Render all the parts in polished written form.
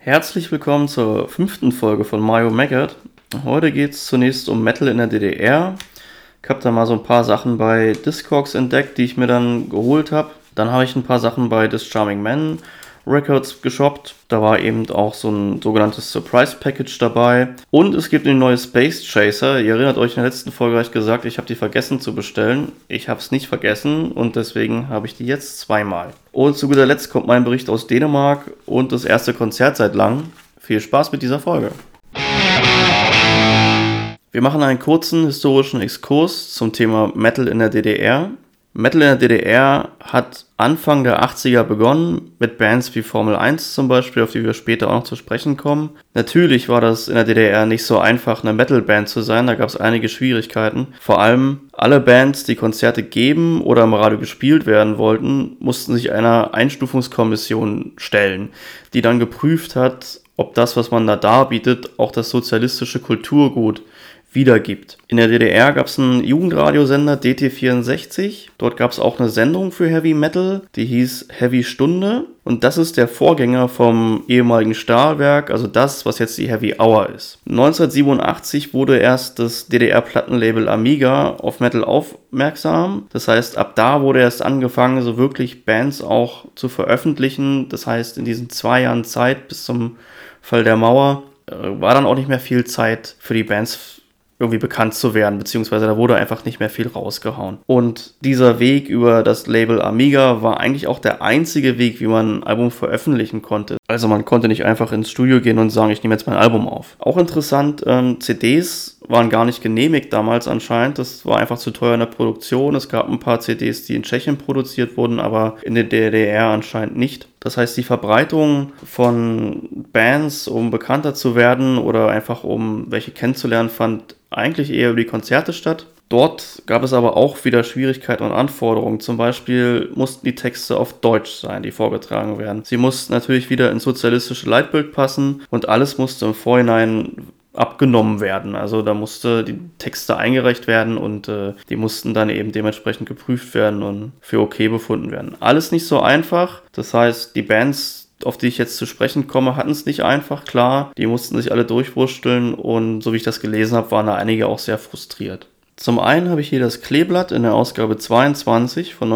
Herzlich willkommen zur 5. Folge von Mario Maggot. Heute geht es zunächst um Metal in der DDR. Ich habe da mal so ein paar Sachen bei Discogs entdeckt, die ich mir dann geholt habe. Dann habe ich ein paar Sachen bei This Charming Man Records geshoppt. Da war eben auch so ein sogenanntes Surprise Package dabei. Und es gibt eine neue Space Chaser. Ihr erinnert euch, in der letzten Folge habe ich gesagt, ich habe die vergessen zu bestellen. Ich habe es nicht vergessen und deswegen habe ich die jetzt zweimal. Und zu guter Letzt kommt mein Bericht aus Dänemark und das erste Konzert seit langem. Viel Spaß mit dieser Folge. Wir machen einen kurzen historischen Exkurs zum Thema Metal in der DDR. Metal in der DDR hat Anfang der 80er begonnen, mit Bands wie Formel 1 zum Beispiel, auf die wir später auch noch zu sprechen kommen. Natürlich war das in der DDR nicht so einfach, eine Metal-Band zu sein, da gab es einige Schwierigkeiten. Vor allem alle Bands, die Konzerte geben oder im Radio gespielt werden wollten, mussten sich einer Einstufungskommission stellen, die dann geprüft hat, ob das, was man da darbietet, auch das sozialistische Kulturgut wiedergibt. In der DDR gab es einen Jugendradiosender DT64. Dort gab es auch eine Sendung für Heavy Metal, die hieß Heavy Stunde. Und das ist der Vorgänger vom ehemaligen Stahlwerk, also das, was jetzt die Heavy Hour ist. 1987 wurde erst das DDR-Plattenlabel Amiga auf Metal aufmerksam. Das heißt, ab da wurde erst angefangen, so wirklich Bands auch zu veröffentlichen. Das heißt, in diesen 2 Jahren Zeit bis zum Fall der Mauer war dann auch nicht mehr viel Zeit für die Bands irgendwie bekannt zu werden, beziehungsweise da wurde einfach nicht mehr viel rausgehauen. Und dieser Weg über das Label Amiga war eigentlich auch der einzige Weg, wie man ein Album veröffentlichen konnte. Also man konnte nicht einfach ins Studio gehen und sagen, ich nehme jetzt mein Album auf. Auch interessant, CDs waren gar nicht genehmigt damals anscheinend. Das war einfach zu teuer in der Produktion. Es gab ein paar CDs, die in Tschechien produziert wurden, aber in der DDR anscheinend nicht. Das heißt, die Verbreitung von Bands, um bekannter zu werden oder einfach um welche kennenzulernen, fand eigentlich eher über die Konzerte statt. Dort gab es aber auch wieder Schwierigkeiten und Anforderungen. Zum Beispiel mussten die Texte auf Deutsch sein, die vorgetragen werden. Sie mussten natürlich wieder ins sozialistische Leitbild passen und alles musste im Vorhinein abgenommen werden. Also da musste die Texte eingereicht werden und die mussten dann eben dementsprechend geprüft werden und für okay befunden werden. Alles nicht so einfach. Das heißt, die Bands, auf die ich jetzt zu sprechen komme, hatten es nicht einfach, klar. Die mussten sich alle durchwursteln und so wie ich das gelesen habe, waren da einige auch sehr frustriert. Zum einen habe ich hier das Kleeblatt in der Ausgabe 22 von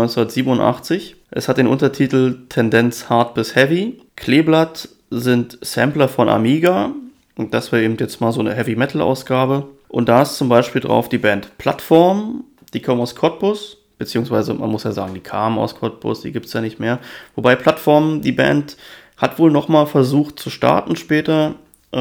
1987. Es hat den Untertitel Tendenz hart bis heavy. Kleeblatt sind Sampler von Amiga. Und das wäre eben jetzt mal so eine Heavy-Metal-Ausgabe. Und da ist zum Beispiel drauf die Band Plattform, die kommen aus Cottbus, beziehungsweise man muss ja sagen, die kamen aus Cottbus, die gibt es ja nicht mehr. Wobei Plattform, die Band, hat wohl nochmal versucht zu starten später,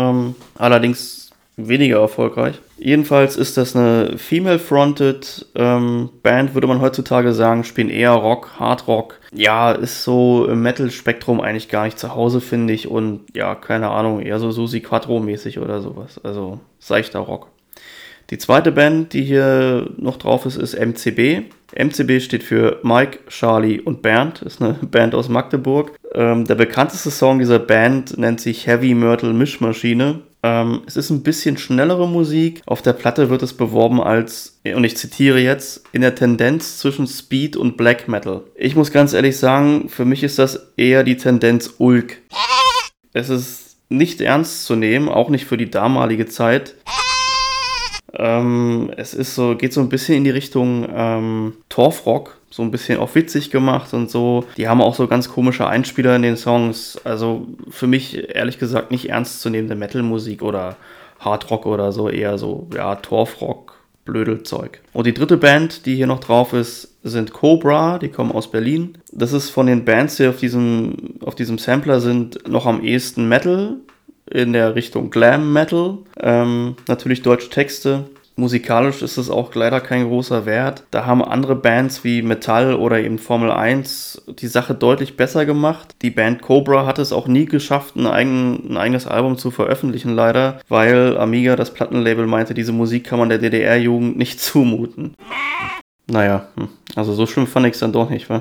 allerdings weniger erfolgreich. Jedenfalls ist das eine female-fronted Band, würde man heutzutage sagen, spielen eher Rock, Hard Rock. Ja, ist so im Metal-Spektrum eigentlich gar nicht zu Hause, finde ich. Und ja, keine Ahnung, eher so Susi Quattro-mäßig oder sowas. Also seichter Rock. Die zweite Band, die hier noch drauf ist, ist MCB. MCB steht für Mike, Charlie und Bernd. Ist eine Band aus Magdeburg. Der bekannteste Song dieser Band nennt sich Heavy Metal Mischmaschine. Es ist ein bisschen schnellere Musik. Auf der Platte wird es beworben als, und ich zitiere jetzt, in der Tendenz zwischen Speed und Black Metal. Ich muss ganz ehrlich sagen, für mich ist das eher die Tendenz Ulk. Es ist nicht ernst zu nehmen, auch nicht für die damalige Zeit. Es ist so, geht so ein bisschen in die Richtung Torfrock, so ein bisschen auch witzig gemacht und so. Die haben auch so ganz komische Einspieler in den Songs. Also für mich ehrlich gesagt nicht ernst zu nehmende Metal-Musik oder Hardrock oder so, eher so, ja, Torfrock, Blödelzeug. Und die dritte Band, die hier noch drauf ist, sind Cobra, die kommen aus Berlin. Das ist von den Bands, die auf diesem Sampler sind, noch am ehesten Metal, in der Richtung Glam Metal. Natürlich deutsche Texte. Musikalisch ist es auch leider kein großer Wert. Da haben andere Bands wie Metall oder eben Formel 1 die Sache deutlich besser gemacht. Die Band Cobra hat es auch nie geschafft, ein eigenes Album zu veröffentlichen, leider, weil Amiga, das Plattenlabel, meinte, diese Musik kann man der DDR-Jugend nicht zumuten. Naja, also so schlimm fand ich es dann doch nicht, wa?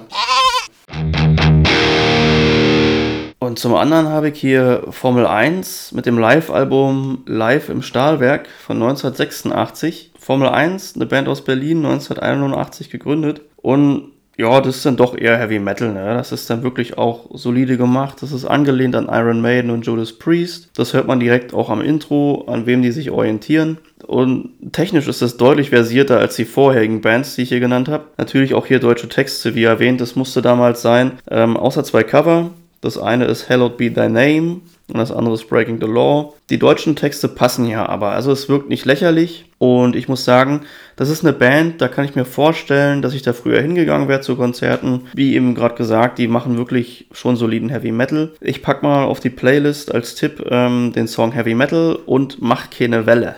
Und zum anderen habe ich hier Formel 1 mit dem Live-Album Live im Stahlwerk von 1986. Formel 1, eine Band aus Berlin, 1981 gegründet. Und Ja, das ist dann doch eher Heavy Metal, ne? Das ist dann wirklich auch solide gemacht. Das ist angelehnt an Iron Maiden und Judas Priest. Das hört man direkt auch am Intro, an wem die sich orientieren. Und technisch ist das deutlich versierter als die vorherigen Bands, die ich hier genannt habe. Natürlich auch hier deutsche Texte, wie erwähnt, das musste damals sein. Außer 2 Cover. Das eine ist Hallowed Be Thy Name und das andere ist Breaking the Law. Die deutschen Texte passen ja aber, also es wirkt nicht lächerlich und ich muss sagen, das ist eine Band, da kann ich mir vorstellen, dass ich da früher hingegangen wäre zu Konzerten. Wie eben gerade gesagt, die machen wirklich schon soliden Heavy Metal. Ich pack mal auf die Playlist als Tipp den Song Heavy Metal und Mach keine Welle.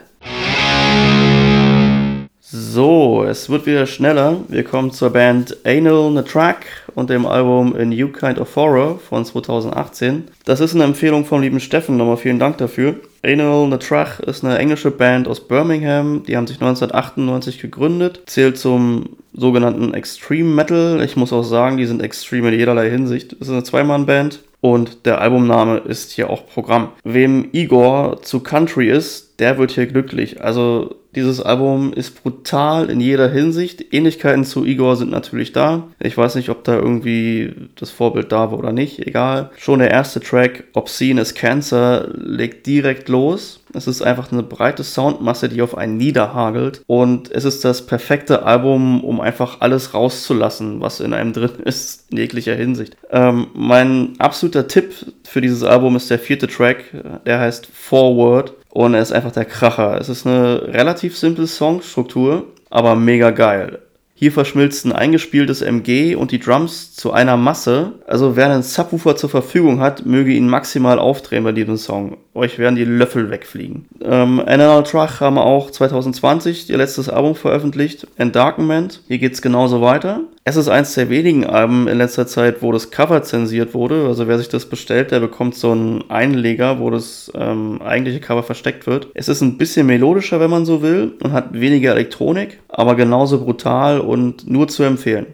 So, es wird wieder schneller. Wir kommen zur Band Anal Natrach und dem Album A New Kind of Horror von 2018. Das ist eine Empfehlung vom lieben Steffen, nochmal vielen Dank dafür. Anal Natrach ist eine englische Band aus Birmingham, die haben sich 1998 gegründet, zählt zum sogenannten Extreme Metal. Ich muss auch sagen, die sind extrem in jederlei Hinsicht. Es ist eine Zweimann-Band. Und der Albumname ist hier auch Programm. Wem Igor zu Country ist, der wird hier glücklich. Also dieses Album ist brutal in jeder Hinsicht. Ähnlichkeiten zu Igor sind natürlich da. Ich weiß nicht, ob da irgendwie das Vorbild da war oder nicht. Egal. Schon der erste Track, Obscene as Cancer, legt direkt los. Es ist einfach eine breite Soundmasse, die auf einen niederhagelt. Und es ist das perfekte Album, um einfach alles rauszulassen, was in einem drin ist, in jeglicher Hinsicht. Mein absoluter Tipp für dieses Album ist der 4. Track. Der heißt Forward. Und er ist einfach der Kracher. Es ist eine relativ simple Songstruktur, aber mega geil. Hier verschmilzt ein eingespieltes MG und die Drums zu einer Masse. Also wer einen Subwoofer zur Verfügung hat, möge ihn maximal aufdrehen bei diesem Song. Euch werden die Löffel wegfliegen. Anal Natrach haben auch 2020 ihr letztes Album veröffentlicht, Endarkenment. Hier geht's genauso weiter. Es ist eins der wenigen Alben in letzter Zeit, wo das Cover zensiert wurde. Also wer sich das bestellt, der bekommt so einen Einleger, wo das eigentliche Cover versteckt wird. Es ist ein bisschen melodischer, wenn man so will, und hat weniger Elektronik, aber genauso brutal und nur zu empfehlen.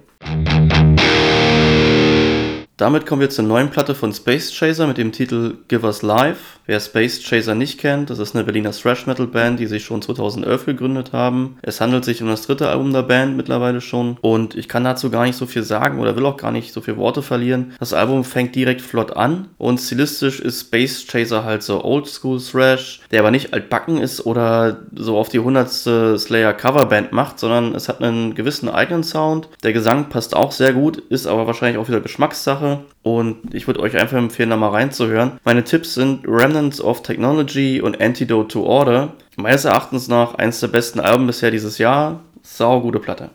Damit kommen wir zur neuen Platte von Space Chaser mit dem Titel Give Us Life. Wer Space Chaser nicht kennt, das ist eine Berliner Thrash-Metal-Band, die sich schon 2011 gegründet haben. Es handelt sich um das 3. Album der Band mittlerweile schon und ich kann dazu gar nicht so viel sagen oder will auch gar nicht so viele Worte verlieren. Das Album fängt direkt flott an und stilistisch ist Space Chaser halt so Oldschool-Thrash, der aber nicht altbacken ist oder so auf die 100. Slayer-Coverband macht, sondern es hat einen gewissen eigenen Sound. Der Gesang passt auch sehr gut, ist aber wahrscheinlich auch wieder Geschmackssache. Und ich würde euch einfach empfehlen, da mal reinzuhören. Meine Tipps sind Remnants of Technology und Antidote to Order. Meines Erachtens nach eines der besten Alben bisher dieses Jahr. Sau gute Platte.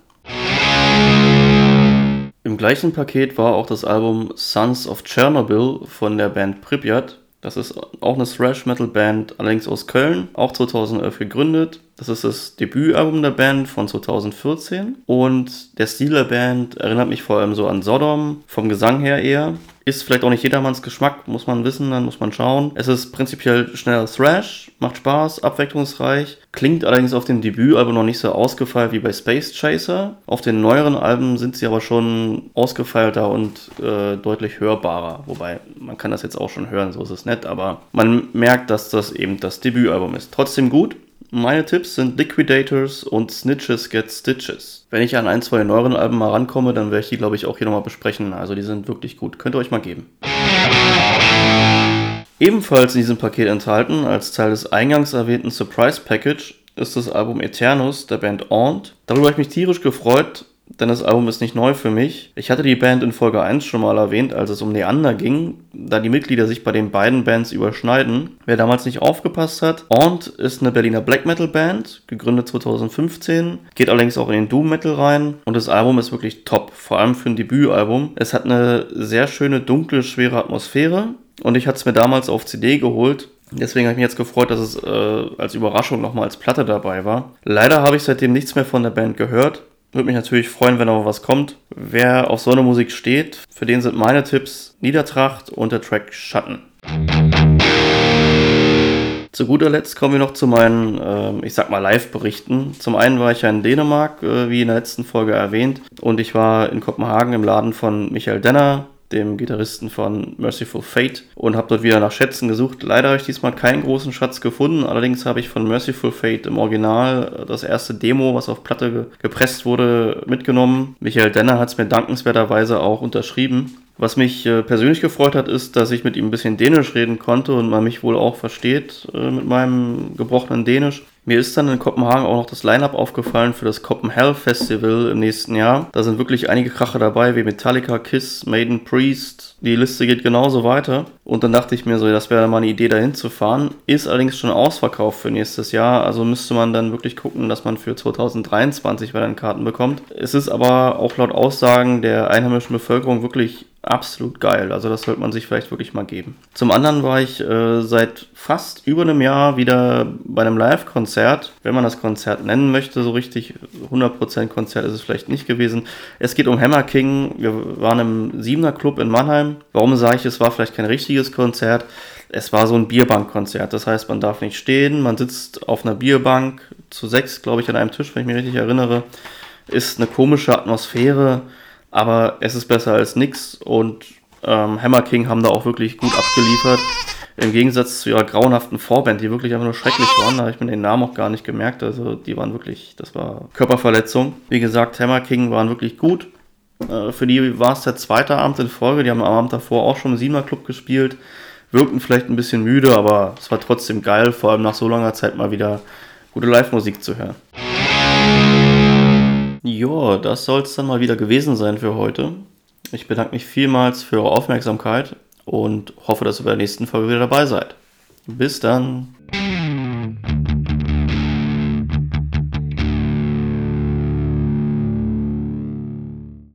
Im gleichen Paket war auch das Album Sons of Chernobyl von der Band Pripyat. Das ist auch eine Thrash-Metal-Band, allerdings aus Köln, auch 2011 gegründet. Das ist das Debütalbum der Band von 2014 und der Stil der Band erinnert mich vor allem so an Sodom, vom Gesang her eher. Ist vielleicht auch nicht jedermanns Geschmack, muss man wissen, dann muss man schauen. Es ist prinzipiell schneller Thrash, macht Spaß, abwechslungsreich, klingt allerdings auf dem Debütalbum noch nicht so ausgefeilt wie bei Space Chaser. Auf den neueren Alben sind sie aber schon ausgefeilter und deutlich hörbarer. Wobei, man kann das jetzt auch schon hören, so ist es nett, aber man merkt, dass das eben das Debütalbum ist. Trotzdem gut. Meine Tipps sind Liquidators und Snitches Get Stitches. Wenn ich an ein, zwei neueren Alben mal rankomme, dann werde ich die, glaube ich, auch hier nochmal besprechen. Also die sind wirklich gut. Könnt ihr euch mal geben. Ebenfalls in diesem Paket enthalten, als Teil des eingangs erwähnten Surprise Package, ist das Album Eternus der Band Aunt. Darüber habe ich mich tierisch gefreut, denn das Album ist nicht neu für mich. Ich hatte die Band in Folge 1 schon mal erwähnt, als es um Neander ging, da die Mitglieder sich bei den beiden Bands überschneiden. Wer damals nicht aufgepasst hat, Aunt ist eine Berliner Black Metal Band, gegründet 2015, geht allerdings auch in den Doom Metal rein und das Album ist wirklich top, vor allem für ein Debütalbum. Es hat eine sehr schöne, dunkle, schwere Atmosphäre und ich hatte es mir damals auf CD geholt. Deswegen habe ich mich jetzt gefreut, dass es als Überraschung nochmal als Platte dabei war. Leider habe ich seitdem nichts mehr von der Band gehört. Würde mich natürlich freuen, wenn noch was kommt. Wer auf so eine Musik steht, für den sind meine Tipps Niedertracht und der Track Schatten. Zu guter Letzt kommen wir noch zu meinen, Live-Berichten. Zum einen war ich ja in Dänemark, wie in der letzten Folge erwähnt. Und ich war in Kopenhagen im Laden von Michael Denner, dem Gitarristen von Merciful Fate, und habe dort wieder nach Schätzen gesucht. Leider habe ich diesmal keinen großen Schatz gefunden, allerdings habe ich von Merciful Fate im Original das erste Demo, was auf Platte gepresst wurde, mitgenommen. Michael Denner hat es mir dankenswerterweise auch unterschrieben. Was mich persönlich gefreut hat, ist, dass ich mit ihm ein bisschen Dänisch reden konnte und man mich wohl auch versteht mit meinem gebrochenen Dänisch. Mir ist dann in Kopenhagen auch noch das Line-Up aufgefallen für das Copenhagen Festival im nächsten Jahr. Da sind wirklich einige Kracher dabei, wie Metallica, Kiss, Maiden, Priest. Die Liste geht genauso weiter. Und dann dachte ich mir so, das wäre mal eine Idee, dahin zu fahren. Ist allerdings schon ausverkauft für nächstes Jahr. Also müsste man dann wirklich gucken, dass man für 2023 wieder Karten bekommt. Es ist aber auch laut Aussagen der einheimischen Bevölkerung wirklich absolut geil. Also das sollte man sich vielleicht wirklich mal geben. Zum anderen war ich seit fast über einem Jahr wieder bei einem Live-Konzert, wenn man das Konzert nennen möchte, so richtig 100% Konzert ist es vielleicht nicht gewesen. Es geht um Hammer King. Wir waren im 7er Club in Mannheim. Warum sage ich, es war vielleicht kein richtiges Konzert? Es war so ein Bierbankkonzert. Das heißt, man darf nicht stehen, man sitzt auf einer Bierbank zu 6, glaube ich, an einem Tisch, wenn ich mich richtig erinnere. Ist eine komische Atmosphäre, aber es ist besser als nix, und Hammer King haben da auch wirklich gut abgeliefert. Im Gegensatz zu ihrer grauenhaften Vorband, die wirklich einfach nur schrecklich waren, da habe ich mir den Namen auch gar nicht gemerkt. Also die waren wirklich, das war Körperverletzung. Wie gesagt, Hammer King waren wirklich gut. Für die war es der zweite Abend in Folge. Die haben am Abend davor auch schon im 7er Club gespielt. Wirkten vielleicht ein bisschen müde, aber es war trotzdem geil, vor allem nach so langer Zeit mal wieder gute Live-Musik zu hören. Ja, das soll es dann mal wieder gewesen sein für heute. Ich bedanke mich vielmals für eure Aufmerksamkeit und hoffe, dass ihr bei der nächsten Folge wieder dabei seid. Bis dann!